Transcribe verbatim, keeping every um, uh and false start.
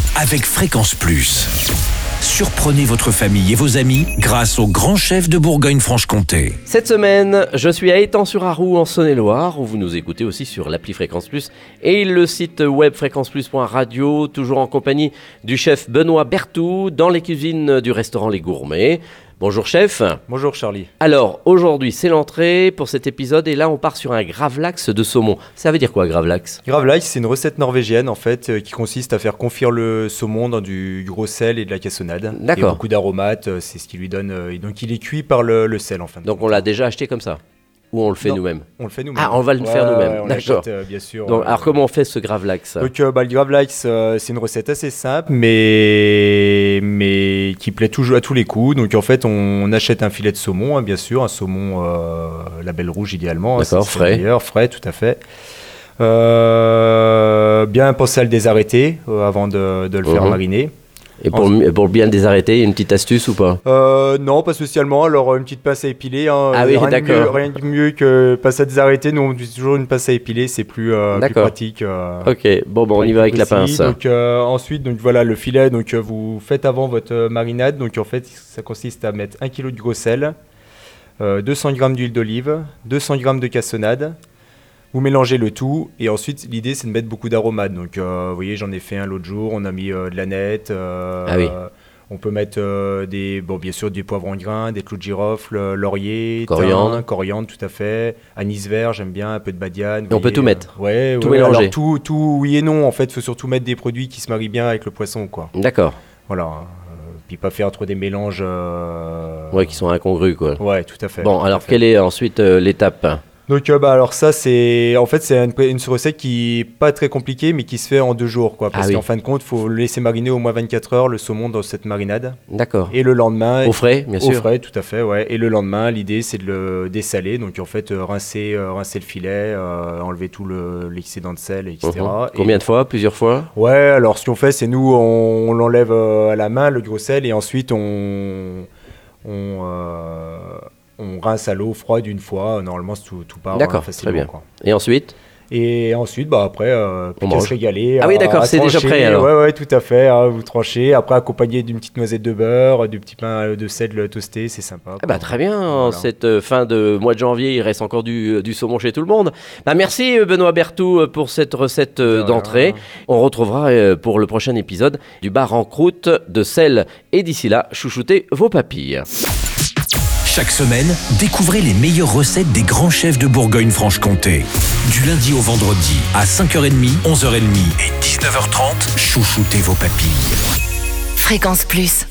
avec Fréquence Plus. Surprenez votre famille et vos amis grâce au grand chef de Bourgogne-Franche-Comté. Cette semaine, je suis à Étang-sur-Arroux en Saône-et-Loire, où vous nous écoutez aussi sur l'appli Fréquence Plus et le site web fréquence plus point radio, toujours en compagnie du chef Benoît Berthoud dans les cuisines du restaurant Les Gourmets. Bonjour chef. Bonjour Charlie. Alors aujourd'hui c'est l'entrée pour cet épisode et là on part sur un gravlax de saumon. Ça veut dire quoi gravlax ? Gravlax, c'est une recette norvégienne en fait euh, qui consiste à faire confire le saumon dans du, du gros sel et de la cassonade. D'accord. Et beaucoup d'aromates, euh, c'est ce qui lui donne. Euh, et donc il est cuit par le, le sel en fin de Donc compte. on l'a déjà acheté comme ça ? Ou on le fait Non, nous-mêmes ? On le fait nous-mêmes. Ah, on va le Ouais, faire ouais, nous-mêmes, ouais, on d'accord. l'achète, euh, bien sûr. Donc, euh, alors comment on fait ce gravlax ? Donc euh, bah, le gravlax, euh, c'est une recette assez simple, mais mais qui plaît toujours à tous les coups. Donc en fait, on achète un filet de saumon, hein, bien sûr, un saumon euh, label rouge idéalement. D'accord, hein, c'est, frais. C'est le meilleur, frais, tout à fait. Euh, bien penser à le désarrêter euh, avant de, de le faire Mhm. mariner. Et pour, le- pour bien le désarrêter, il y a une petite astuce ou pas ? Euh, non, pas spécialement. Alors, une petite pince à épiler. Hein, Ah oui, rien de d'accord. mieux- rien de mieux que pince à désarrêter. Nous, on utilise toujours une pince à épiler. C'est plus, euh, plus D'accord. pratique. euh, Ok, bon, bon on y va avec la précis. pince. Donc, euh, ensuite, donc, voilà, le filet. Donc, euh, vous faites avant votre euh, marinade. Donc, en fait, ça consiste à mettre un kilo de gros sel, euh, deux cents grammes d'huile d'olive, deux cents grammes de cassonade. Vous mélangez le tout et ensuite l'idée c'est de mettre beaucoup d'aromates. Donc euh, vous voyez j'en ai fait un l'autre jour, on a mis euh, de l'aneth, euh, Ah oui. euh, on peut mettre euh, des, bon bien sûr du poivron grain, des clous de girofle, euh, laurier, Coriandre. thym, coriandre tout à fait, anis vert j'aime bien, un peu de badiane. Et on vous peut voyez, tout mettre. euh, Ouais, Tout ouais, mélanger. alors tout, tout oui et non en fait, il faut surtout mettre des produits qui se marient bien avec le poisson quoi. D'accord, Voilà, euh, puis pas faire trop des mélanges. euh, ouais, qui sont incongrus quoi. Ouais, tout à fait. Bon, tout à alors fait. quelle est ensuite euh, l'étape ? Donc euh, bah alors ça c'est en fait c'est une, une recette qui est pas très compliquée mais qui se fait en deux jours quoi parce Ah oui. qu'en fin de compte faut le laisser mariner au moins vingt-quatre heures le saumon dans cette marinade D'accord. et le lendemain Au frais, bien au sûr. frais tout à fait ouais et le lendemain l'idée c'est de le dessaler donc en fait euh, rincer euh, rincer le filet euh, enlever tout le l'excédent de sel et etc. Mhm. Et- Combien de fois ? Plusieurs fois ? Ouais alors ce qu'on fait c'est nous on, on l'enlève euh, à la main le gros sel et ensuite on on euh, on rince à l'eau froide une fois, normalement tout, tout part D'accord, euh, facilement. très bien. Quoi. Et ensuite ? Et ensuite, bah après, euh, plus On qu'à mange. se régaler. Ah oui, à- d'accord, à c'est déjà trancher. prêt, alors. Ouais, ouais, tout à fait. hein, vous tranchez. Après, accompagné d'une petite noisette de beurre, du petit pain de sel toasté, c'est sympa. Ah quoi. bah très bien, en Voilà. cette euh, fin de mois de janvier, il reste encore du, du saumon chez tout le monde. Bah merci euh, Benoît Berthoud euh, pour cette recette euh, De rien. d'entrée. On retrouvera euh, pour le prochain épisode du bar en croûte de sel. Et d'ici là, chouchoutez vos papilles. Chaque semaine, découvrez les meilleures recettes des grands chefs de Bourgogne-Franche-Comté. Du lundi au vendredi, à cinq heures trente, onze heures trente et dix-neuf heures trente, chouchoutez vos papilles. Fréquence Plus.